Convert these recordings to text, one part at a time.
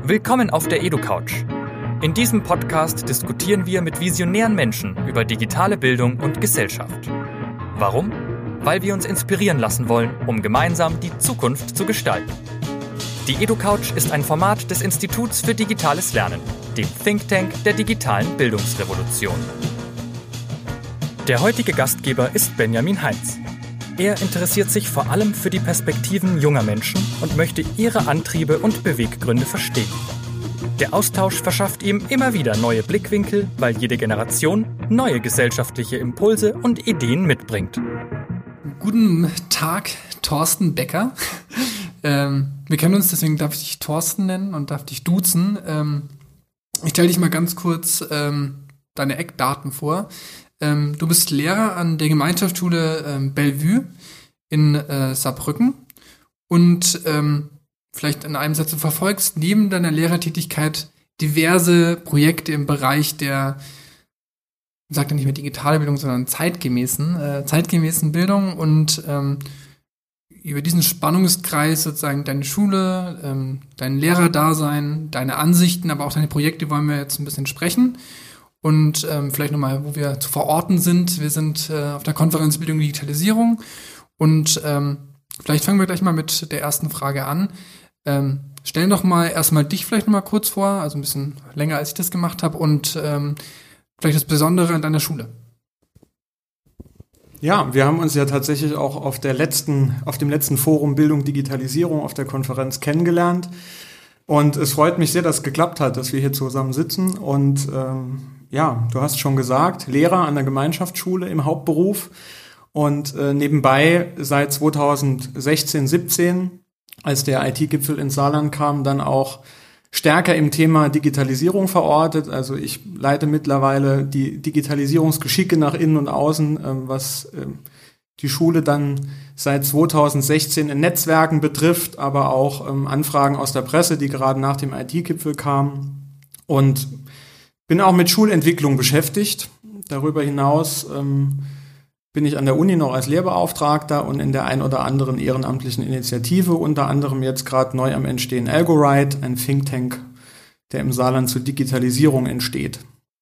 Willkommen auf der EduCouch. In diesem Podcast diskutieren wir mit visionären Menschen über digitale Bildung und Gesellschaft. Warum? Weil wir uns inspirieren lassen wollen, um gemeinsam die Zukunft zu gestalten. Die EduCouch ist ein Format des Instituts für digitales Lernen, dem Think Tank der digitalen Bildungsrevolution. Der heutige Gastgeber ist Benjamin Heinz. Er interessiert sich vor allem für die Perspektiven junger Menschen und möchte ihre Antriebe und Beweggründe verstehen. Der Austausch verschafft ihm immer wieder neue Blickwinkel, weil jede Generation neue gesellschaftliche Impulse und Ideen mitbringt. Guten Tag, Thorsten Becker. Wir kennen uns, deswegen darf ich dich Thorsten nennen und darf dich duzen. Ich stelle dich mal ganz kurz deine Eckdaten vor. Du bist Lehrer an der Gemeinschaftsschule Bellevue in Saarbrücken und vielleicht in einem Satz, du verfolgst neben deiner Lehrertätigkeit diverse Projekte im Bereich der, ich sage ja nicht mehr digitale Bildung, sondern zeitgemäßen Bildung und über diesen Spannungskreis sozusagen deine Schule, dein Lehrerdasein, deine Ansichten, aber auch deine Projekte wollen wir jetzt ein bisschen sprechen. Und vielleicht nochmal, wo wir zu verorten sind. Wir sind auf der Konferenz Bildung und Digitalisierung. Und vielleicht fangen wir gleich mal mit der ersten Frage an. Stell doch mal erstmal dich vielleicht nochmal kurz vor, also ein bisschen länger, als ich das gemacht habe. Und vielleicht das Besondere an deiner Schule. Ja, wir haben uns ja tatsächlich auch auf dem letzten Forum Bildung Digitalisierung auf der Konferenz kennengelernt. Und es freut mich sehr, dass es geklappt hat, dass wir hier zusammen sitzen. Und ja, du hast schon gesagt, Lehrer an der Gemeinschaftsschule im Hauptberuf und nebenbei seit 2016, 17, als der IT-Gipfel ins Saarland kam, dann auch stärker im Thema Digitalisierung verortet. Also ich leite mittlerweile die Digitalisierungsgeschicke nach innen und außen, was die Schule dann seit 2016 in Netzwerken betrifft, aber auch Anfragen aus der Presse, die gerade nach dem IT-Gipfel kamen. Und bin auch mit Schulentwicklung beschäftigt. Darüber hinaus bin ich an der Uni noch als Lehrbeauftragter und in der ein oder anderen ehrenamtlichen Initiative, unter anderem jetzt gerade neu am Entstehen Algorite, ein Think Tank, der im Saarland zur Digitalisierung entsteht.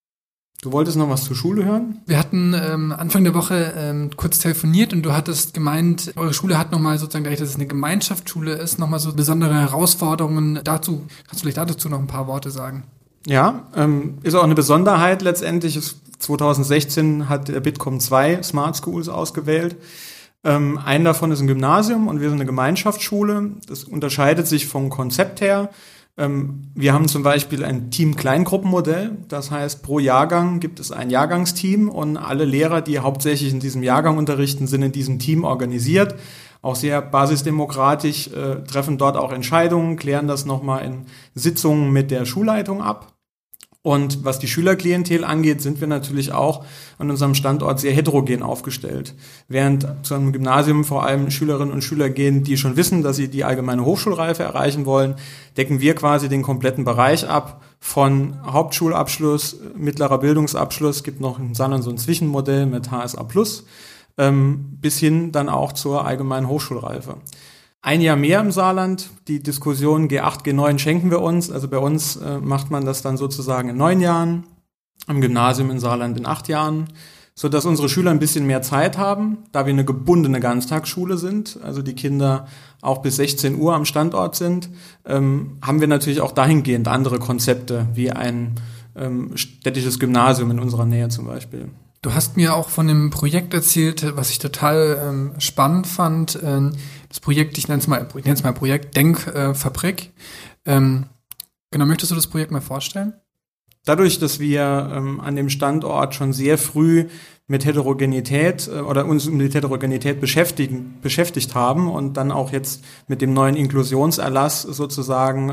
Du wolltest noch was zur Schule hören? Wir hatten Anfang der Woche kurz telefoniert und du hattest gemeint, eure Schule hat nochmal sozusagen, dadurch, dass es eine Gemeinschaftsschule ist, nochmal so besondere Herausforderungen. Kannst du vielleicht dazu noch ein paar Worte sagen? Ja, ist auch eine Besonderheit letztendlich. 2016 hat der Bitkom 2 Smart Schools ausgewählt. Ein davon ist ein Gymnasium und wir sind eine Gemeinschaftsschule. Das unterscheidet sich vom Konzept her. Wir haben zum Beispiel ein Team-Kleingruppenmodell. Das heißt, pro Jahrgang gibt es ein Jahrgangsteam und alle Lehrer, die hauptsächlich in diesem Jahrgang unterrichten, sind in diesem Team organisiert. Auch sehr basisdemokratisch, treffen dort auch Entscheidungen, klären das nochmal in Sitzungen mit der Schulleitung ab. Und was die Schülerklientel angeht, sind wir natürlich auch an unserem Standort sehr heterogen aufgestellt. Während zu einem Gymnasium vor allem Schülerinnen und Schüler gehen, die schon wissen, dass sie die allgemeine Hochschulreife erreichen wollen, decken wir quasi den kompletten Bereich ab, von Hauptschulabschluss, mittlerer Bildungsabschluss, gibt noch in Saarland so ein Zwischenmodell mit HSA+, bis hin dann auch zur allgemeinen Hochschulreife. Ein Jahr mehr im Saarland, die Diskussion G8, G9 schenken wir uns, also bei uns macht man das dann sozusagen in 9 Jahren, am Gymnasium in Saarland in 8 Jahren, sodass unsere Schüler ein bisschen mehr Zeit haben, da wir eine gebundene Ganztagsschule sind, also die Kinder auch bis 16 Uhr am Standort sind, haben wir natürlich auch dahingehend andere Konzepte, wie ein städtisches Gymnasium in unserer Nähe zum Beispiel. Du hast mir auch von einem Projekt erzählt, was ich total spannend fand. Das Projekt, ich nenne es mal Projekt Denkfabrik. Genau, möchtest du das Projekt mal vorstellen? Dadurch, dass wir an dem Standort schon sehr früh mit Heterogenität oder uns mit Heterogenität beschäftigt haben und dann auch jetzt mit dem neuen Inklusionserlass sozusagen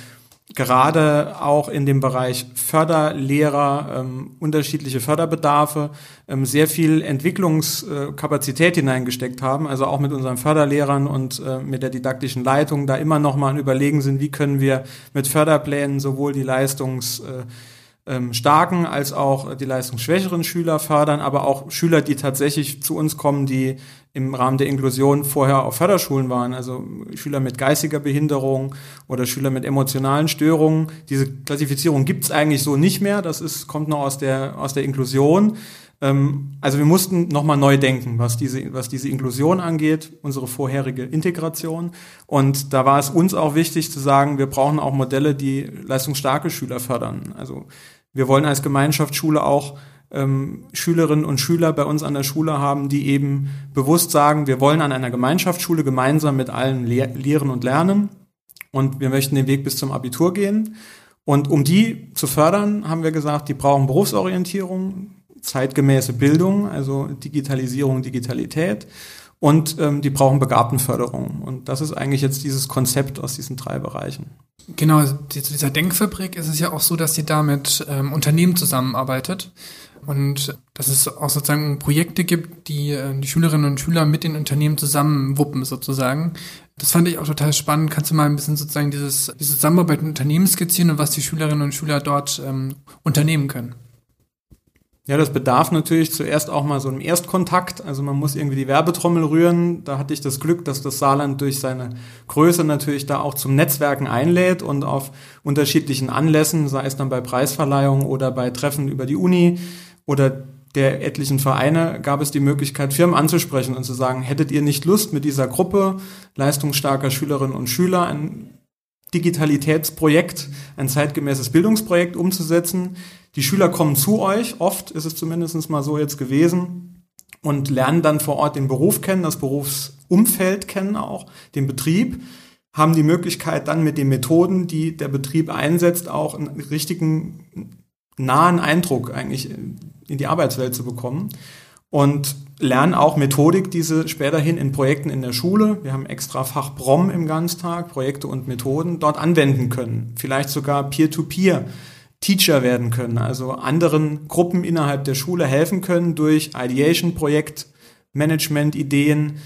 gerade auch in dem Bereich Förderlehrer, unterschiedliche Förderbedarfe, sehr viel Entwicklungskapazität hineingesteckt haben, also auch mit unseren Förderlehrern und mit der didaktischen Leitung da immer noch mal Überlegen sind, wie können wir mit Förderplänen sowohl die leistungsstarken als auch die leistungsschwächeren Schüler fördern, aber auch Schüler, die tatsächlich zu uns kommen, die im Rahmen der Inklusion vorher auf Förderschulen waren, also Schüler mit geistiger Behinderung oder Schüler mit emotionalen Störungen. Diese Klassifizierung gibt's eigentlich so nicht mehr, kommt noch aus der Inklusion. Also wir mussten nochmal neu denken, was diese Inklusion angeht, unsere vorherige Integration. Und da war es uns auch wichtig zu sagen, wir brauchen auch Modelle, die leistungsstarke Schüler fördern. Also wir wollen als Gemeinschaftsschule auch Schülerinnen und Schüler bei uns an der Schule haben, die eben bewusst sagen, wir wollen an einer Gemeinschaftsschule gemeinsam mit allen lehren und lernen und wir möchten den Weg bis zum Abitur gehen. Und um die zu fördern, haben wir gesagt, die brauchen Berufsorientierung, zeitgemäße Bildung, also Digitalisierung, Digitalität und die brauchen Begabtenförderung. Und das ist eigentlich jetzt dieses Konzept aus diesen 3 Bereichen. Genau, also dieser Denkfabrik ist es ja auch so, dass sie da mit Unternehmen zusammenarbeitet und dass es auch sozusagen Projekte gibt, die die Schülerinnen und Schüler mit den Unternehmen zusammen wuppen sozusagen. Das fand ich auch total spannend. Kannst du mal ein bisschen sozusagen diese Zusammenarbeit mit Unternehmen skizzieren und was die Schülerinnen und Schüler dort unternehmen können? Ja, das bedarf natürlich zuerst auch mal so einem Erstkontakt. Also man muss irgendwie die Werbetrommel rühren. Da hatte ich das Glück, dass das Saarland durch seine Größe natürlich da auch zum Netzwerken einlädt und auf unterschiedlichen Anlässen, sei es dann bei Preisverleihungen oder bei Treffen über die Uni oder der etlichen Vereine, gab es die Möglichkeit, Firmen anzusprechen und zu sagen, hättet ihr nicht Lust, mit dieser Gruppe leistungsstarker Schülerinnen und Schüler ein Digitalitätsprojekt, ein zeitgemäßes Bildungsprojekt umzusetzen? Die Schüler kommen zu euch, oft ist es zumindest mal so jetzt gewesen, und lernen dann vor Ort den Beruf kennen, das Berufsumfeld kennen auch, den Betrieb, haben die Möglichkeit dann mit den Methoden, die der Betrieb einsetzt, auch einen richtigen nahen Eindruck eigentlich in die Arbeitswelt zu bekommen und lernen auch Methodik, die sie späterhin in Projekten in der Schule, wir haben extra Fach Prom im Ganztag, Projekte und Methoden, dort anwenden können, vielleicht sogar Peer-to-Peer Teacher werden können, also anderen Gruppen innerhalb der Schule helfen können durch Ideation, Projektmanagement, Ideen.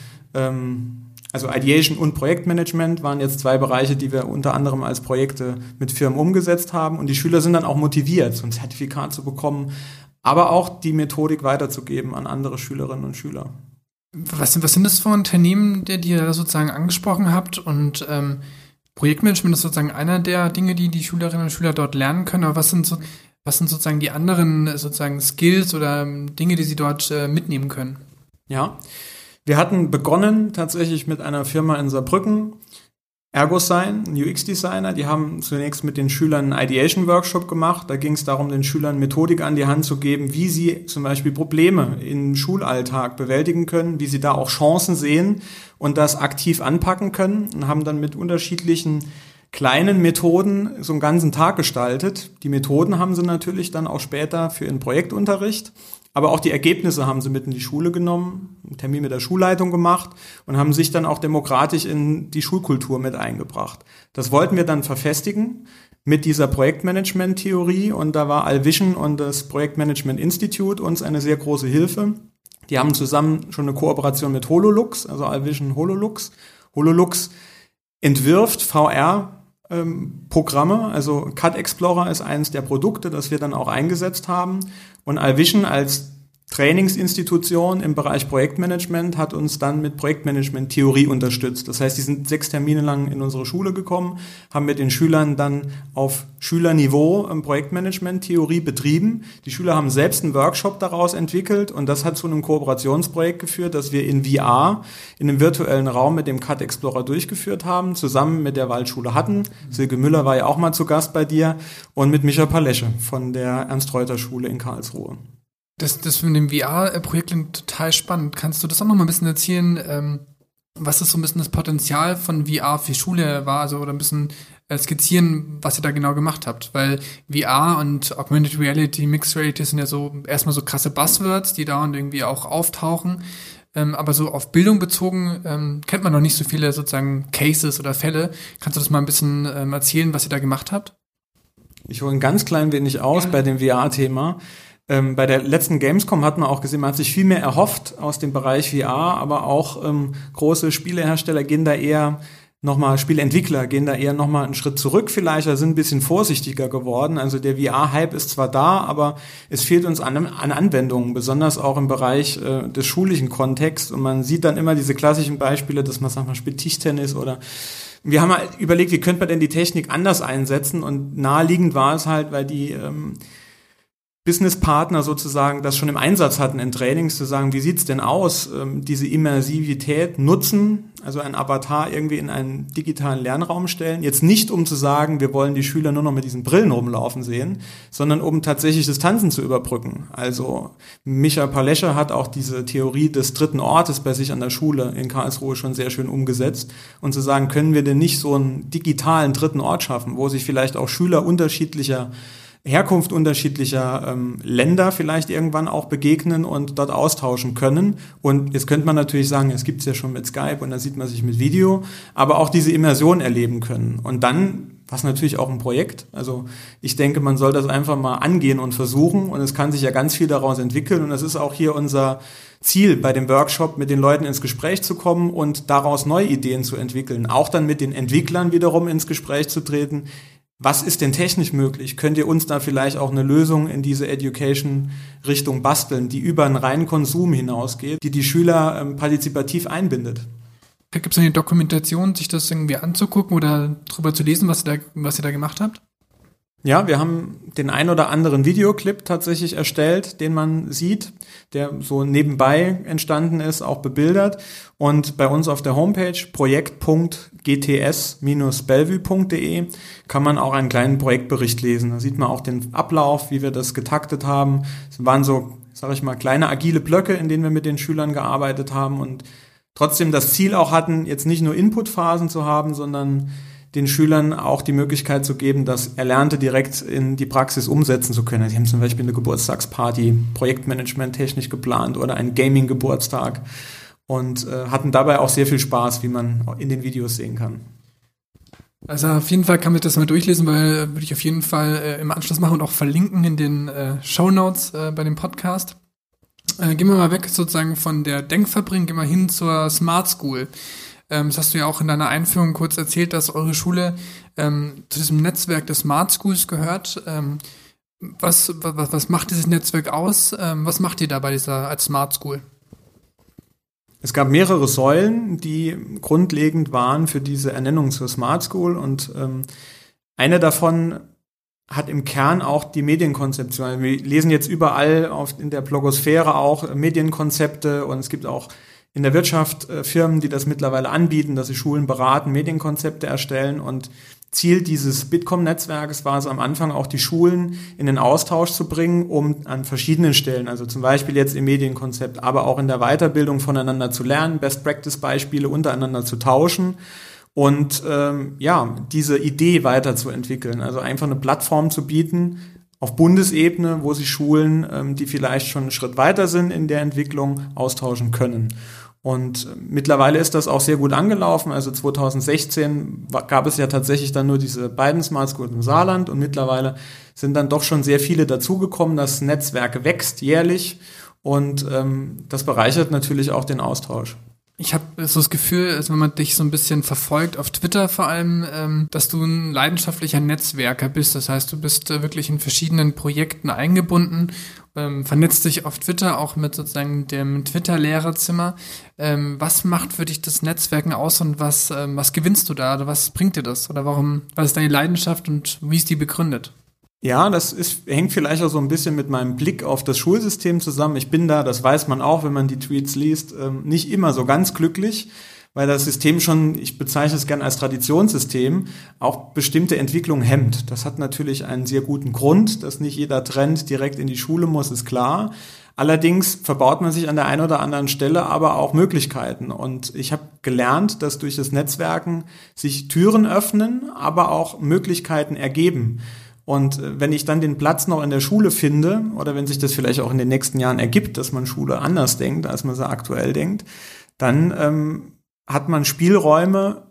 Also Ideation und Projektmanagement waren jetzt 2 Bereiche, die wir unter anderem als Projekte mit Firmen umgesetzt haben. Und die Schüler sind dann auch motiviert, so ein Zertifikat zu bekommen, aber auch die Methodik weiterzugeben an andere Schülerinnen und Schüler. Was sind das für Unternehmen, die ihr sozusagen angesprochen habt? Und Projektmanagement ist sozusagen einer der Dinge, die die Schülerinnen und Schüler dort lernen können. Aber was sind sozusagen die anderen sozusagen Skills oder Dinge, die sie dort mitnehmen können? Ja, wir hatten begonnen tatsächlich mit einer Firma in Saarbrücken, Ergosign, ein UX-Designer. Die haben zunächst mit den Schülern einen Ideation-Workshop gemacht. Da ging es darum, den Schülern Methodik an die Hand zu geben, wie sie zum Beispiel Probleme im Schulalltag bewältigen können, wie sie da auch Chancen sehen und das aktiv anpacken können, und haben dann mit unterschiedlichen kleinen Methoden so einen ganzen Tag gestaltet. Die Methoden haben sie natürlich dann auch später für ihren Projektunterricht, aber auch die Ergebnisse haben sie mit in die Schule genommen, einen Termin mit der Schulleitung gemacht und haben sich dann auch demokratisch in die Schulkultur mit eingebracht. Das wollten wir dann verfestigen mit dieser Projektmanagement-Theorie, und da war Alvision und das Projektmanagement Institute uns eine sehr große Hilfe. Die haben zusammen schon eine Kooperation mit HoloLux, also Alvision HoloLux. HoloLux entwirft VR-Programme, also Cut Explorer ist eines der Produkte, das wir dann auch eingesetzt haben. Und Alvision als Trainingsinstitution im Bereich Projektmanagement hat uns dann mit Projektmanagement-Theorie unterstützt. Das heißt, die sind 6 Termine lang in unsere Schule gekommen, haben mit den Schülern dann auf Schülerniveau Projektmanagement-Theorie betrieben. Die Schüler haben selbst einen Workshop daraus entwickelt, und das hat zu einem Kooperationsprojekt geführt, das wir in VR, in einem virtuellen Raum mit dem Cut Explorer durchgeführt haben, zusammen mit der Waldschule Hatten. Silke Müller war ja auch mal zu Gast bei dir, und mit Micha Palesche von der Ernst-Reuter-Schule in Karlsruhe. Das mit dem VR-Projekt klingt total spannend. Kannst du das auch noch mal ein bisschen erzählen, was ist so ein bisschen das Potenzial von VR für Schule war, also, oder ein bisschen skizzieren, was ihr da genau gemacht habt? Weil VR und Augmented Reality, Mixed Reality sind ja so erstmal so krasse Buzzwords, die da und irgendwie auch auftauchen. Aber so auf Bildung bezogen kennt man noch nicht so viele sozusagen Cases oder Fälle. Kannst du das mal ein bisschen erzählen, was ihr da gemacht habt? Ich hole ein ganz klein wenig aus bei dem VR-Thema. Bei der letzten Gamescom hat man auch gesehen, man hat sich viel mehr erhofft aus dem Bereich VR, aber auch große Spielehersteller gehen da eher Spieleentwickler gehen da eher nochmal einen Schritt zurück vielleicht, oder sind ein bisschen vorsichtiger geworden. Also der VR-Hype ist zwar da, aber es fehlt uns an Anwendungen, besonders auch im Bereich des schulischen Kontexts. Und man sieht dann immer diese klassischen Beispiele, dass man sagt, man spielt Tischtennis oder wir haben halt überlegt, wie könnte man denn die Technik anders einsetzen, und naheliegend war es halt, weil die Businesspartner sozusagen das schon im Einsatz hatten in Trainings, zu sagen, wie sieht's denn aus, diese Immersivität nutzen, also ein Avatar irgendwie in einen digitalen Lernraum stellen, jetzt nicht um zu sagen, wir wollen die Schüler nur noch mit diesen Brillen rumlaufen sehen, sondern um tatsächlich Distanzen zu überbrücken. Also Micha Palescher hat auch diese Theorie des dritten Ortes bei sich an der Schule in Karlsruhe schon sehr schön umgesetzt, und zu sagen, können wir denn nicht so einen digitalen dritten Ort schaffen, wo sich vielleicht auch Schüler unterschiedlicher Herkunft unterschiedlicher Länder vielleicht irgendwann auch begegnen und dort austauschen können. Und jetzt könnte man natürlich sagen, es gibt's ja schon mit Skype und da sieht man sich mit Video, aber auch diese Immersion erleben können. Und dann, was natürlich auch ein Projekt, also ich denke, man soll das einfach mal angehen und versuchen, und es kann sich ja ganz viel daraus entwickeln, und das ist auch hier unser Ziel bei dem Workshop, mit den Leuten ins Gespräch zu kommen und daraus neue Ideen zu entwickeln, auch dann mit den Entwicklern wiederum ins Gespräch zu treten. Was ist denn technisch möglich? Könnt ihr uns da vielleicht auch eine Lösung in diese Education-Richtung basteln, die über einen reinen Konsum hinausgeht, die Schüler partizipativ einbindet? Gibt es eine Dokumentation, sich das irgendwie anzugucken oder drüber zu lesen, was ihr da gemacht habt? Ja, wir haben den ein oder anderen Videoclip tatsächlich erstellt, den man sieht, der so nebenbei entstanden ist, auch bebildert. Und bei uns auf der Homepage projekt.gts-bellevue.de kann man auch einen kleinen Projektbericht lesen. Da sieht man auch den Ablauf, wie wir das getaktet haben. Es waren so, sage ich mal, kleine agile Blöcke, in denen wir mit den Schülern gearbeitet haben und trotzdem das Ziel auch hatten, jetzt nicht nur Inputphasen zu haben, sondern den Schülern auch die Möglichkeit zu geben, das Erlernte direkt in die Praxis umsetzen zu können. Sie haben zum Beispiel eine Geburtstagsparty, Projektmanagement technisch geplant oder einen Gaming-Geburtstag und hatten dabei auch sehr viel Spaß, wie man in den Videos sehen kann. Also auf jeden Fall kann man das mal durchlesen, weil würde ich auf jeden Fall im Anschluss machen und auch verlinken in den Shownotes bei dem Podcast. Gehen wir mal weg sozusagen von der Denkfabrik, gehen wir hin zur Smart School. Das hast du ja auch in deiner Einführung kurz erzählt, dass eure Schule zu diesem Netzwerk des Smart Schools gehört. Was macht dieses Netzwerk aus? Was macht ihr da bei dieser als Smart School? Es gab mehrere Säulen, die grundlegend waren für diese Ernennung zur Smart School, und eine davon hat im Kern auch die Medienkonzeption. Wir lesen jetzt überall in der Blogosphäre auch Medienkonzepte, und es gibt auch in der Wirtschaft Firmen, die das mittlerweile anbieten, dass sie Schulen beraten, Medienkonzepte erstellen, und Ziel dieses Bitkom-Netzwerkes war es am Anfang auch, die Schulen in den Austausch zu bringen, um an verschiedenen Stellen, also zum Beispiel jetzt im Medienkonzept, aber auch in der Weiterbildung voneinander zu lernen, Best-Practice-Beispiele untereinander zu tauschen und diese Idee weiterzuentwickeln, also einfach eine Plattform zu bieten auf Bundesebene, wo sich Schulen, die vielleicht schon einen Schritt weiter sind in der Entwicklung, austauschen können. Und mittlerweile ist das auch sehr gut angelaufen. Also 2016 gab es ja tatsächlich dann nur diese beiden Smart Schools im Saarland, und mittlerweile sind dann doch schon sehr viele dazugekommen. Das Netzwerk wächst jährlich, und das bereichert natürlich auch den Austausch. Ich habe so das Gefühl, also wenn man dich so ein bisschen verfolgt, auf Twitter vor allem, dass du ein leidenschaftlicher Netzwerker bist. Das heißt, du bist wirklich in verschiedenen Projekten eingebunden, vernetzt dich auf Twitter auch mit sozusagen dem Twitter-Lehrerzimmer. Was macht für dich das Netzwerken aus, und was gewinnst du da? Oder was bringt dir das? Oder was ist deine Leidenschaft und wie ist die begründet? Ja, hängt vielleicht auch so ein bisschen mit meinem Blick auf das Schulsystem zusammen. Ich bin da, das weiß man auch, wenn man die Tweets liest, nicht immer so ganz glücklich, weil das System schon, ich bezeichne es gern als Traditionssystem, auch bestimmte Entwicklungen hemmt. Das hat natürlich einen sehr guten Grund, dass nicht jeder Trend direkt in die Schule muss, ist klar. Allerdings verbaut man sich an der einen oder anderen Stelle aber auch Möglichkeiten. Und ich habe gelernt, dass durch das Netzwerken sich Türen öffnen, aber auch Möglichkeiten ergeben. Und wenn ich dann den Platz noch in der Schule finde, oder wenn sich das vielleicht auch in den nächsten Jahren ergibt, dass man Schule anders denkt, als man sie aktuell denkt, dann hat man Spielräume,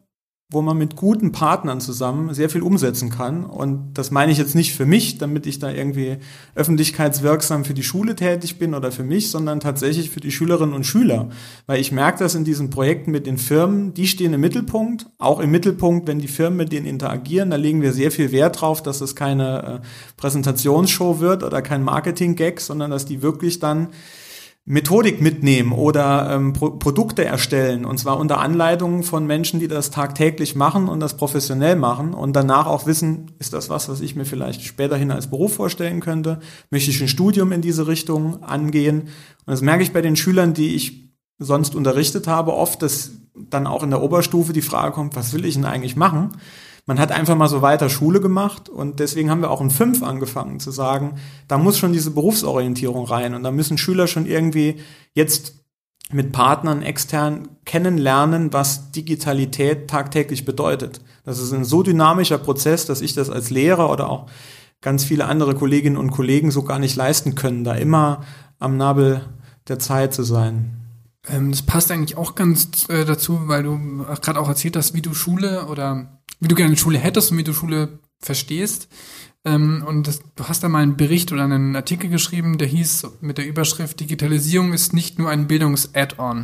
wo man mit guten Partnern zusammen sehr viel umsetzen kann. Und das meine ich jetzt nicht für mich, damit ich da irgendwie öffentlichkeitswirksam für die Schule tätig bin oder für mich, sondern tatsächlich für die Schülerinnen und Schüler. Weil ich merke das in diesen Projekten mit den Firmen, die stehen im Mittelpunkt, auch im Mittelpunkt, wenn die Firmen mit denen interagieren, da legen wir sehr viel Wert drauf, dass es keine Präsentationsshow wird oder kein Marketing-Gag, sondern dass die wirklich dann Methodik mitnehmen oder Produkte erstellen, und zwar unter Anleitung von Menschen, die das tagtäglich machen und das professionell machen und danach auch wissen, ist das was ich mir vielleicht späterhin als Beruf vorstellen könnte? Möchte ich ein Studium in diese Richtung angehen? Und das merke ich bei den Schülern, die ich sonst unterrichtet habe, oft, dass dann auch in der Oberstufe die Frage kommt, was will ich denn eigentlich machen? Man hat einfach mal so weiter Schule gemacht und deswegen haben wir auch in 5 angefangen zu sagen, da muss schon diese Berufsorientierung rein und da müssen Schüler schon irgendwie jetzt mit Partnern extern kennenlernen, was Digitalität tagtäglich bedeutet. Das ist ein so dynamischer Prozess, dass ich das als Lehrer oder auch ganz viele andere Kolleginnen und Kollegen so gar nicht leisten können, da immer am Nabel der Zeit zu sein. Das passt eigentlich auch ganz dazu, weil du gerade auch erzählt hast, wie du Schule oder wie du gerne Schule hättest und wie du Schule verstehst. Du hast da mal einen Bericht oder einen Artikel geschrieben, der hieß mit der Überschrift Digitalisierung ist nicht nur ein Bildungs-Add-on.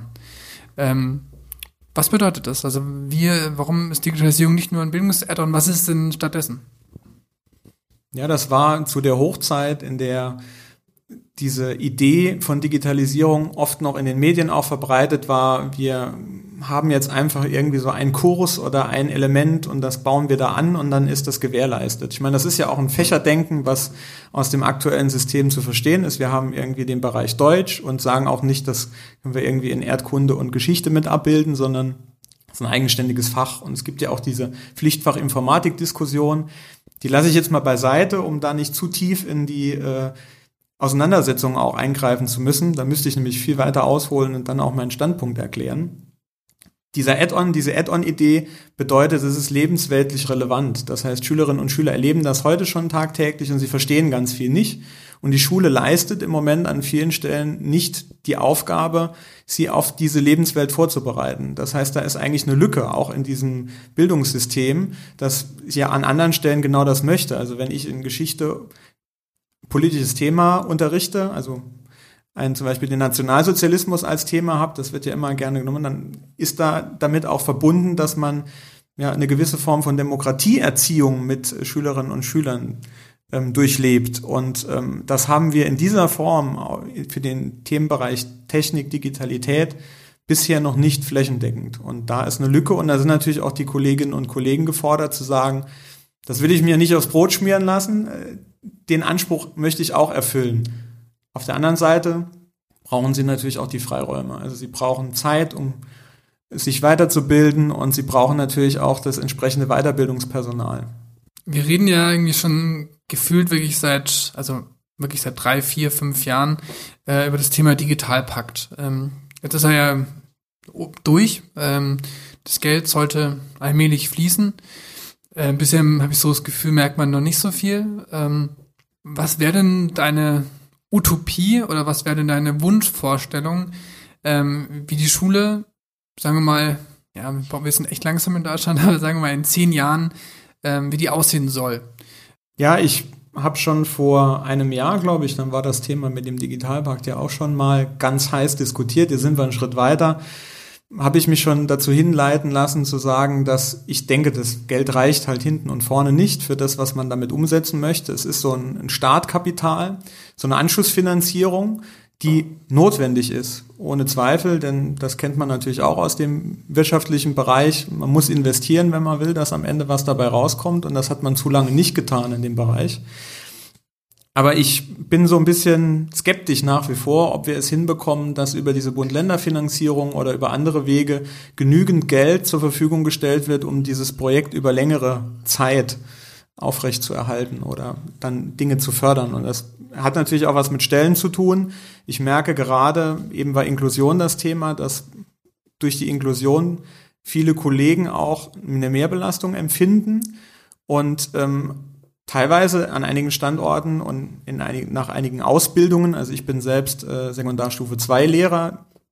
Was bedeutet das? Also warum ist Digitalisierung nicht nur ein Bildungs-Add-on? Was ist denn stattdessen? Ja, das war zu der Hochzeit, in der diese Idee von Digitalisierung oft noch in den Medien auch verbreitet war. Wir haben jetzt einfach irgendwie so einen Kurs oder ein Element und das bauen wir da an und dann ist das gewährleistet. Ich meine, das ist ja auch ein Fächerdenken, was aus dem aktuellen System zu verstehen ist. Wir haben irgendwie den Bereich Deutsch und sagen auch nicht, das können wir irgendwie in Erdkunde und Geschichte mit abbilden, sondern es ist ein eigenständiges Fach. Und es gibt ja auch diese Pflichtfach Informatik-Diskussion. Die lasse ich jetzt mal beiseite, um da nicht zu tief in die Auseinandersetzungen auch eingreifen zu müssen. Da müsste ich nämlich viel weiter ausholen und dann auch meinen Standpunkt erklären. Diese Add-on-Idee bedeutet, es ist lebensweltlich relevant. Das heißt, Schülerinnen und Schüler erleben das heute schon tagtäglich und sie verstehen ganz viel nicht. Und die Schule leistet im Moment an vielen Stellen nicht die Aufgabe, sie auf diese Lebenswelt vorzubereiten. Das heißt, da ist eigentlich eine Lücke, auch in diesem Bildungssystem, das ja an anderen Stellen genau das möchte. Also wenn ich in Geschichte politisches Thema unterrichte, also zum Beispiel den Nationalsozialismus als Thema habe, das wird ja immer gerne genommen, dann ist da damit auch verbunden, dass man ja eine gewisse Form von Demokratieerziehung mit Schülerinnen und Schülern durchlebt. Und das haben wir in dieser Form für den Themenbereich Technik, Digitalität bisher noch nicht flächendeckend. Und da ist eine Lücke und da sind natürlich auch die Kolleginnen und Kollegen gefordert zu sagen, das will ich mir nicht aufs Brot schmieren lassen, den Anspruch möchte ich auch erfüllen. Auf der anderen Seite brauchen sie natürlich auch die Freiräume. Also sie brauchen Zeit, um sich weiterzubilden und sie brauchen natürlich auch das entsprechende Weiterbildungspersonal. Wir reden ja irgendwie schon gefühlt wirklich seit 3, 4, 5 Jahren über das Thema Digitalpakt. Jetzt ist er ja durch. Das Geld sollte allmählich fließen. Bisher habe ich so das Gefühl, merkt man noch nicht so viel. Was wäre denn deine Utopie oder was wäre denn deine Wunschvorstellung, wie die Schule, sagen wir mal, ja, wir sind echt langsam in Deutschland, aber sagen wir mal in 10 Jahren, wie die aussehen soll? Ja, ich habe schon vor einem Jahr, glaube ich, dann war das Thema mit dem Digitalpakt ja auch schon mal ganz heiß diskutiert. Hier sind wir einen Schritt weiter. Habe ich mich schon dazu hinleiten lassen, zu sagen, dass ich denke, das Geld reicht halt hinten und vorne nicht für das, was man damit umsetzen möchte. Es ist so ein Startkapital, so eine Anschlussfinanzierung, die notwendig ist, ohne Zweifel, denn das kennt man natürlich auch aus dem wirtschaftlichen Bereich. Man muss investieren, wenn man will, dass am Ende was dabei rauskommt und das hat man zu lange nicht getan in dem Bereich. Aber ich bin so ein bisschen skeptisch nach wie vor, ob wir es hinbekommen, dass über diese Bund-Länder-Finanzierung oder über andere Wege genügend Geld zur Verfügung gestellt wird, um dieses Projekt über längere Zeit aufrechtzuerhalten oder dann Dinge zu fördern. Und das hat natürlich auch was mit Stellen zu tun. Ich merke gerade, eben war Inklusion das Thema, dass durch die Inklusion viele Kollegen auch eine Mehrbelastung empfinden und teilweise an einigen Standorten und nach einigen Ausbildungen, also ich bin selbst Sekundarstufe 2 Lehrer,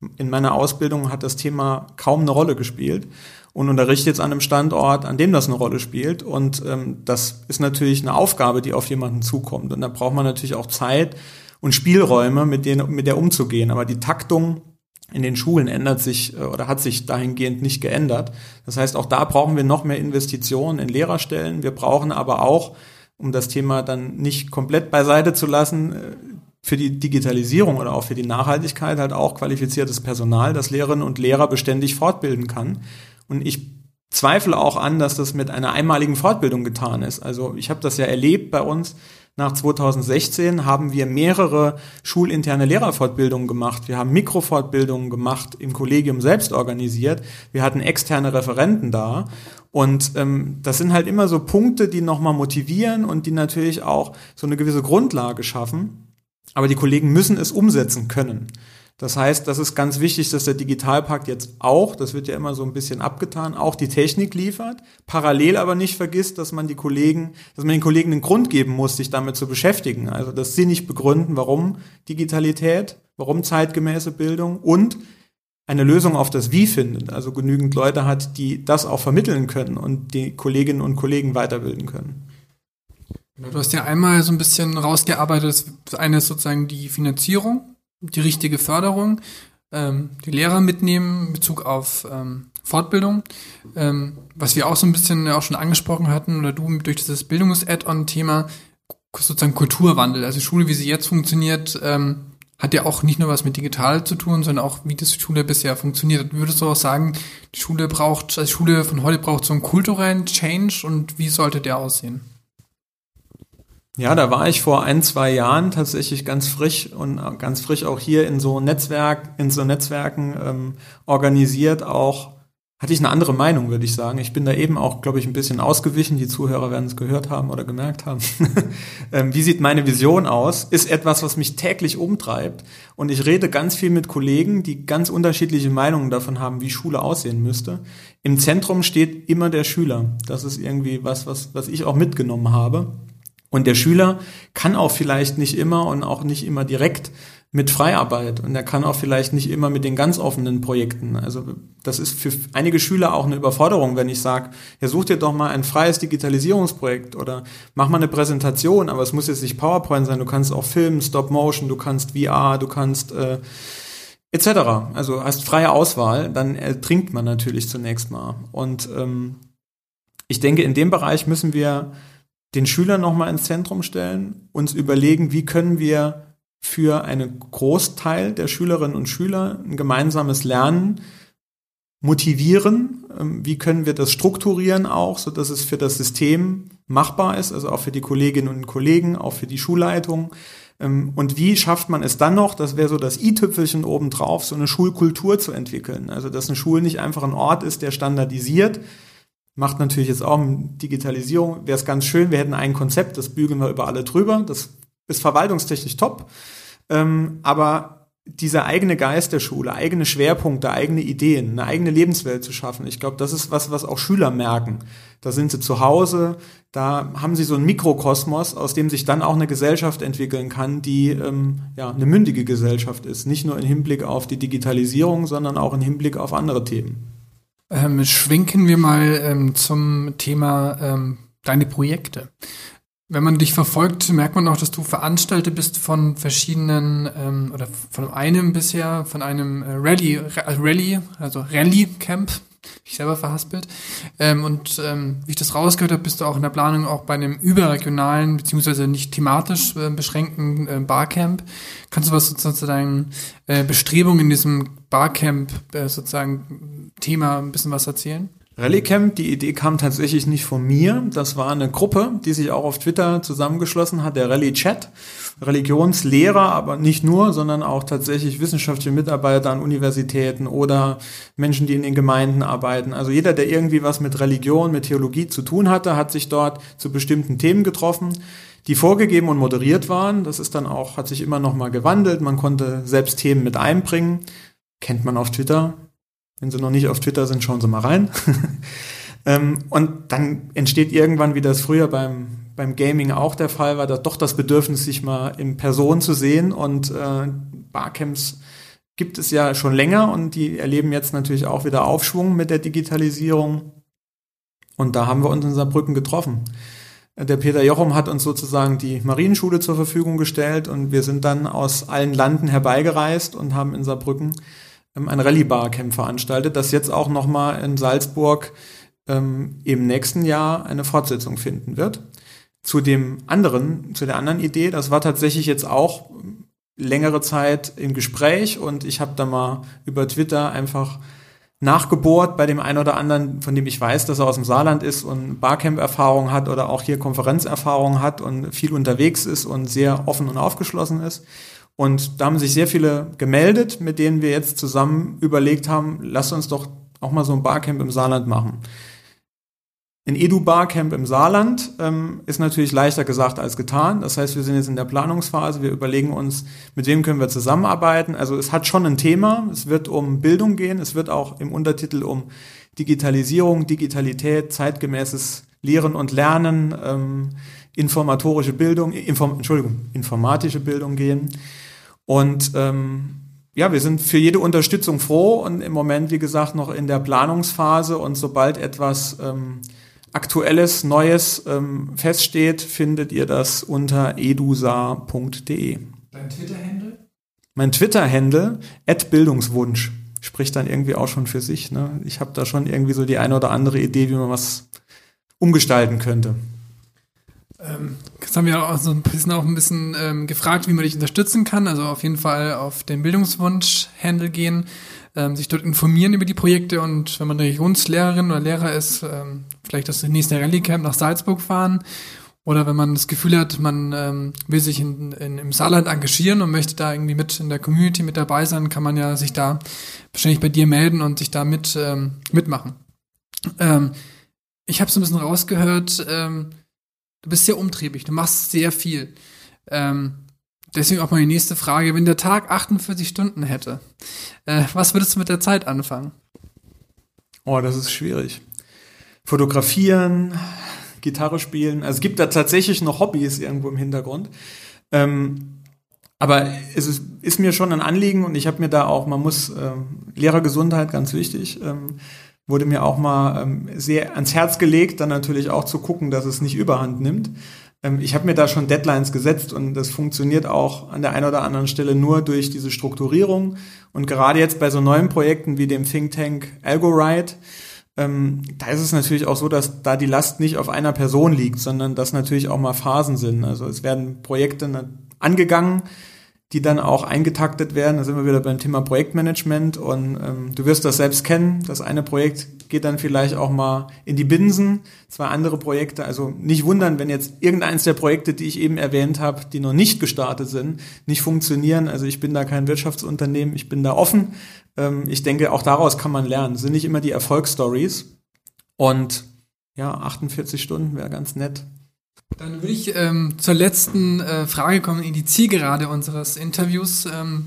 In meiner Ausbildung hat das Thema kaum eine Rolle gespielt und unterrichte jetzt an einem Standort, an dem das eine Rolle spielt. Und das ist natürlich eine Aufgabe, die auf jemanden zukommt. Und da braucht man natürlich auch Zeit und Spielräume, mit der umzugehen. Aber die Taktung in den Schulen ändert sich oder hat sich dahingehend nicht geändert. Das heißt, auch da brauchen wir noch mehr Investitionen in Lehrerstellen. Wir brauchen aber auch, um das Thema dann nicht komplett beiseite zu lassen, für die Digitalisierung oder auch für die Nachhaltigkeit halt auch qualifiziertes Personal, das Lehrerinnen und Lehrer beständig fortbilden kann. Und ich zweifle auch an, dass das mit einer einmaligen Fortbildung getan ist. Also ich habe das ja erlebt bei uns. Nach 2016 haben wir mehrere schulinterne Lehrerfortbildungen gemacht. Wir haben Mikrofortbildungen gemacht, im Kollegium selbst organisiert. Wir hatten externe Referenten da. Und das sind halt immer so Punkte, die nochmal motivieren und die natürlich auch so eine gewisse Grundlage schaffen. Aber die Kollegen müssen es umsetzen können. Das heißt, das ist ganz wichtig, dass der Digitalpakt jetzt auch, das wird ja immer so ein bisschen abgetan, auch die Technik liefert, parallel aber nicht vergisst, dass man den Kollegen einen Grund geben muss, sich damit zu beschäftigen. Also das sinnig begründen, warum Digitalität, warum zeitgemäße Bildung und eine Lösung auf das Wie findet, also genügend Leute hat, die das auch vermitteln können und die Kolleginnen und Kollegen weiterbilden können. Du hast ja einmal so ein bisschen rausgearbeitet, das eine ist sozusagen die Finanzierung, die richtige Förderung, die Lehrer mitnehmen in Bezug auf Fortbildung, was wir auch so ein bisschen auch schon angesprochen hatten oder du durch dieses Bildungs-Add-on-Thema, sozusagen Kulturwandel. Also Schule, wie sie jetzt funktioniert, hat ja auch nicht nur was mit digital zu tun, sondern auch, wie das Schule bisher funktioniert. Würdest du auch sagen, die Schule von heute braucht so einen kulturellen Change und wie sollte der aussehen? Ja, da war ich vor 1-2 Jahren tatsächlich ganz frisch auch hier in so Netzwerken organisiert auch, hatte ich eine andere Meinung, würde ich sagen. Ich bin da eben auch, glaube ich, ein bisschen ausgewichen. Die Zuhörer werden es gehört haben oder gemerkt haben. Wie sieht meine Vision aus? Ist etwas, was mich täglich umtreibt. Und ich rede ganz viel mit Kollegen, die ganz unterschiedliche Meinungen davon haben, wie Schule aussehen müsste. Im Zentrum steht immer der Schüler. Das ist irgendwie was ich auch mitgenommen habe. Und der Schüler kann auch vielleicht nicht immer und auch nicht immer direkt mit Freiarbeit und er kann auch vielleicht nicht immer mit den ganz offenen Projekten. Also das ist für einige Schüler auch eine Überforderung, wenn ich sage, ja, such dir doch mal ein freies Digitalisierungsprojekt oder mach mal eine Präsentation, aber es muss jetzt nicht PowerPoint sein, du kannst auch filmen, Stop-Motion, du kannst VR, du kannst etc. Also hast freie Auswahl, dann ertrinkt man natürlich zunächst mal. Und ich denke, in dem Bereich müssen wir den Schüler nochmal ins Zentrum stellen, uns überlegen, wie können wir für einen Großteil der Schülerinnen und Schüler ein gemeinsames Lernen motivieren, wie können wir das strukturieren auch, so dass es für das System machbar ist, also auch für die Kolleginnen und Kollegen, auch für die Schulleitung. Und wie schafft man es dann noch, das wäre so das i-Tüpfelchen obendrauf, so eine Schulkultur zu entwickeln. Also dass eine Schule nicht einfach ein Ort ist, der standardisiert, macht natürlich jetzt auch mit Digitalisierung, wäre es ganz schön, wir hätten ein Konzept, das bügeln wir über alle drüber, das ist verwaltungstechnisch top, aber dieser eigene Geist der Schule, eigene Schwerpunkte, eigene Ideen, eine eigene Lebenswelt zu schaffen, ich glaube, das ist was auch Schüler merken. Da sind sie zu Hause, da haben sie so einen Mikrokosmos, aus dem sich dann auch eine Gesellschaft entwickeln kann, die eine mündige Gesellschaft ist, nicht nur im Hinblick auf die Digitalisierung, sondern auch im Hinblick auf andere Themen. Schwenken wir mal zum Thema deine Projekte. Wenn man dich verfolgt, merkt man auch, dass du Veranstalter bist von verschiedenen oder von einem Rallye-Camp, ich selber verhaspelt. Wie ich das rausgehört habe, bist du auch in der Planung auch bei einem überregionalen, beziehungsweise nicht thematisch beschränkten Barcamp. Kannst du was sozusagen zu deinen Bestrebungen in diesem Barcamp sozusagen Thema ein bisschen was erzählen? Rallycamp, die Idee kam tatsächlich nicht von mir. Das war eine Gruppe, die sich auch auf Twitter zusammengeschlossen hat, der Rally-Chat. Religionslehrer, aber nicht nur, sondern auch tatsächlich wissenschaftliche Mitarbeiter an Universitäten oder Menschen, die in den Gemeinden arbeiten. Also jeder, der irgendwie was mit Religion, mit Theologie zu tun hatte, hat sich dort zu bestimmten Themen getroffen, die vorgegeben und moderiert waren. Das ist dann auch, hat sich immer noch mal gewandelt. Man konnte selbst Themen mit einbringen. Kennt man auf Twitter. Wenn Sie noch nicht auf Twitter sind, schauen Sie mal rein. Und dann entsteht irgendwann, wie das früher beim Gaming auch der Fall war, doch das Bedürfnis, sich mal in Person zu sehen. Und Barcamps gibt es ja schon länger und die erleben jetzt natürlich auch wieder Aufschwung mit der Digitalisierung. Und da haben wir uns in Saarbrücken getroffen. Der Peter Jochum hat uns sozusagen die Marienschule zur Verfügung gestellt und wir sind dann aus allen Landen herbeigereist und haben in Saarbrücken ein Rallye-Barcamp veranstaltet, das jetzt auch nochmal in Salzburg im nächsten Jahr eine Fortsetzung finden wird. Zu der anderen Idee, das war tatsächlich jetzt auch längere Zeit im Gespräch und ich habe da mal über Twitter einfach nachgebohrt bei dem einen oder anderen, von dem ich weiß, dass er aus dem Saarland ist und Barcamp-Erfahrung hat oder auch hier Konferenzerfahrung hat und viel unterwegs ist und sehr offen und aufgeschlossen ist. Und da haben sich sehr viele gemeldet, mit denen wir jetzt zusammen überlegt haben, lasst uns doch auch mal so ein Barcamp im Saarland machen. Ein Edu-Barcamp im Saarland ist natürlich leichter gesagt als getan. Das heißt, wir sind jetzt in der Planungsphase. Wir überlegen uns, mit wem können wir zusammenarbeiten. Also es hat schon ein Thema. Es wird um Bildung gehen. Es wird auch im Untertitel um Digitalisierung, Digitalität, zeitgemäßes Lehren und Lernen, informatische Bildung gehen. Und wir sind für jede Unterstützung froh und im Moment, wie gesagt, noch in der Planungsphase. Und sobald etwas Aktuelles, Neues feststeht, findet ihr das unter edusaar.de. Dein Twitter-Handle? Mein Twitter-Handle, @Bildungswunsch, spricht dann irgendwie auch schon für sich. Ne? Ich habe da schon irgendwie so die eine oder andere Idee, wie man was umgestalten könnte. Jetzt haben wir auch so ein bisschen gefragt, wie man dich unterstützen kann. Also auf jeden Fall auf den Bildungswunsch-Handle gehen, sich dort informieren über die Projekte und wenn man Religionslehrerin oder Lehrer ist, vielleicht das nächste Rallye-Camp nach Salzburg fahren oder wenn man das Gefühl hat, man will sich im Saarland engagieren und möchte da irgendwie mit in der Community mit dabei sein, kann man ja sich da wahrscheinlich bei dir melden und sich da mitmachen. Ich habe so ein bisschen rausgehört, du bist sehr umtriebig, du machst sehr viel. Deswegen auch mal die nächste Frage. Wenn der Tag 48 Stunden hätte, was würdest du mit der Zeit anfangen? Oh, das ist schwierig. Fotografieren, Gitarre spielen. Also es gibt da tatsächlich noch Hobbys irgendwo im Hintergrund. Aber es ist mir schon ein Anliegen und ich habe mir da auch, Lehrergesundheit, ganz wichtig, wurde mir auch mal sehr ans Herz gelegt, dann natürlich auch zu gucken, dass es nicht überhand nimmt. Ich habe mir da schon Deadlines gesetzt und das funktioniert auch an der einen oder anderen Stelle nur durch diese Strukturierung. Und gerade jetzt bei so neuen Projekten wie dem Think Tank Algoride, da ist es natürlich auch so, dass da die Last nicht auf einer Person liegt, sondern dass natürlich auch mal Phasen sind. Also es werden Projekte angegangen, die dann auch eingetaktet werden. Da sind wir wieder beim Thema Projektmanagement und du wirst das selbst kennen. Das eine Projekt geht dann vielleicht auch mal in die Binsen, 2 andere Projekte. Also nicht wundern, wenn jetzt irgendeins der Projekte, die ich eben erwähnt habe, die noch nicht gestartet sind, nicht funktionieren. Also ich bin da kein Wirtschaftsunternehmen, ich bin da offen. Ich denke, auch daraus kann man lernen. Das sind nicht immer die Erfolgsstories. Und ja, 48 Stunden wäre ganz nett. Dann würde ich zur letzten Frage kommen, in die Zielgerade unseres Interviews.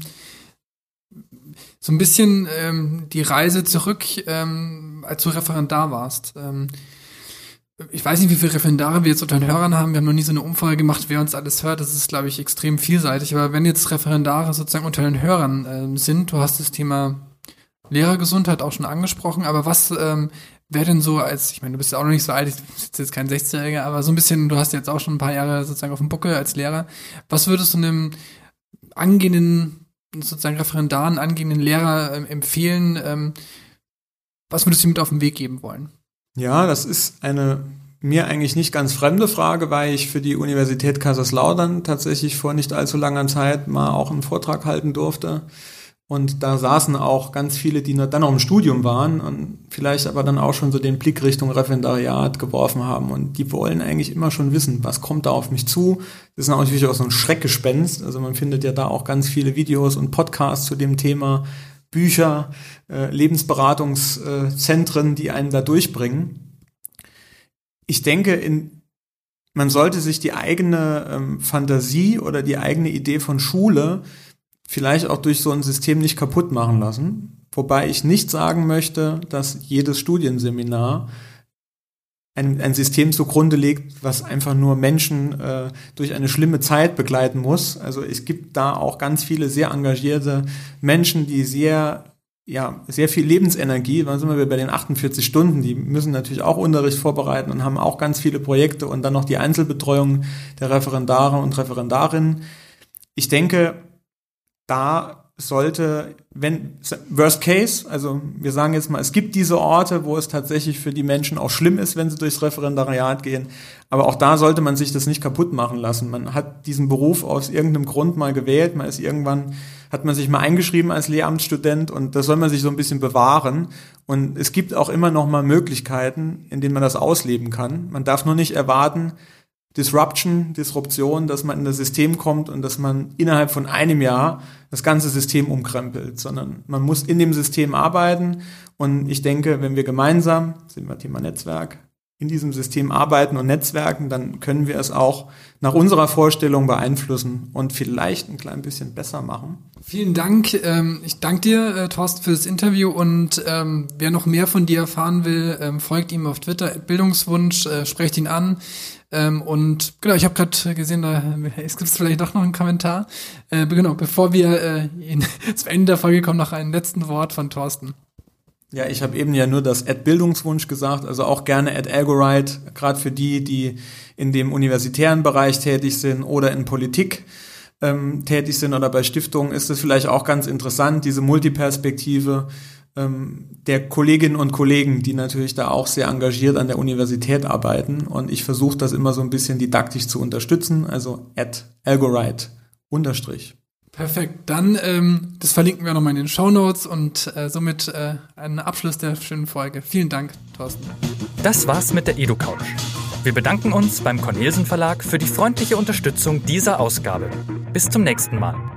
So ein bisschen die Reise zurück, als du Referendar warst. Ich weiß nicht, wie viele Referendare wir jetzt unter den Hörern haben. Wir haben noch nie so eine Umfrage gemacht, wer uns alles hört. Das ist, glaube ich, extrem vielseitig. Aber wenn jetzt Referendare sozusagen unter den Hörern sind, du hast das Thema Lehrergesundheit auch schon angesprochen, aber was wäre denn so ich meine, du bist ja auch noch nicht so alt, du bist jetzt kein 16-Jähriger, aber so ein bisschen, du hast jetzt auch schon ein paar Jahre sozusagen auf dem Buckel als Lehrer. Was würdest du einem angehenden, sozusagen Referendaren, angehenden Lehrer empfehlen? Was würdest du ihm mit auf den Weg geben wollen? Ja, das ist eine mir eigentlich nicht ganz fremde Frage, weil ich für die Universität Kaiserslautern tatsächlich vor nicht allzu langer Zeit mal auch einen Vortrag halten durfte. Und da saßen auch ganz viele, die dann noch im Studium waren und vielleicht aber dann auch schon so den Blick Richtung Referendariat geworfen haben. Und die wollen eigentlich immer schon wissen, was kommt da auf mich zu. Das ist natürlich auch so ein Schreckgespenst. Also man findet ja da auch ganz viele Videos und Podcasts zu dem Thema, Bücher, Lebensberatungszentren, die einen da durchbringen. Ich denke, man sollte sich die eigene Fantasie oder die eigene Idee von Schule vielleicht auch durch so ein System nicht kaputt machen lassen. Wobei ich nicht sagen möchte, dass jedes Studienseminar ein System zugrunde legt, was einfach nur Menschen durch eine schlimme Zeit begleiten muss. Also es gibt da auch ganz viele sehr engagierte Menschen, die sehr viel Lebensenergie, dann sind wir bei den 48 Stunden, die müssen natürlich auch Unterricht vorbereiten und haben auch ganz viele Projekte und dann noch die Einzelbetreuung der Referendare und Referendarinnen. Ich denke, da sollte, wenn Worst Case, also wir sagen jetzt mal, es gibt diese Orte, wo es tatsächlich für die Menschen auch schlimm ist, wenn sie durchs Referendariat gehen, aber auch da sollte man sich das nicht kaputt machen lassen. Man hat diesen Beruf aus irgendeinem Grund mal gewählt, hat man sich mal eingeschrieben als Lehramtsstudent und das soll man sich so ein bisschen bewahren und es gibt auch immer noch mal Möglichkeiten, in denen man das ausleben kann. Man darf nur nicht erwarten, Disruption, dass man in das System kommt und dass man innerhalb von einem Jahr das ganze System umkrempelt, sondern man muss in dem System arbeiten und ich denke, wenn wir gemeinsam, sind wir Thema Netzwerk, in diesem System arbeiten und netzwerken, dann können wir es auch nach unserer Vorstellung beeinflussen und vielleicht ein klein bisschen besser machen. Vielen Dank. Ich danke dir, Thorsten, für das Interview und wer noch mehr von dir erfahren will, folgt ihm auf Twitter, @Bildungswunsch, sprecht ihn an. Und genau, ich habe gerade gesehen, es gibt vielleicht doch noch einen Kommentar. Genau, bevor wir zum Ende der Folge kommen, noch ein letzten Wort von Thorsten. Ja, ich habe eben ja nur das @Bildungswunsch gesagt, also auch gerne @Algorite, gerade für die in dem universitären Bereich tätig sind oder in Politik tätig sind oder bei Stiftungen, ist es vielleicht auch ganz interessant, diese Multiperspektive der Kolleginnen und Kollegen, die natürlich da auch sehr engagiert an der Universität arbeiten und ich versuche das immer so ein bisschen didaktisch zu unterstützen, also @Algorite_. Perfekt, dann das verlinken wir nochmal in den Shownotes und somit ein Abschluss der schönen Folge. Vielen Dank, Thorsten. Das war's mit der EduCouch. Wir bedanken uns beim Cornelsen Verlag für die freundliche Unterstützung dieser Ausgabe. Bis zum nächsten Mal.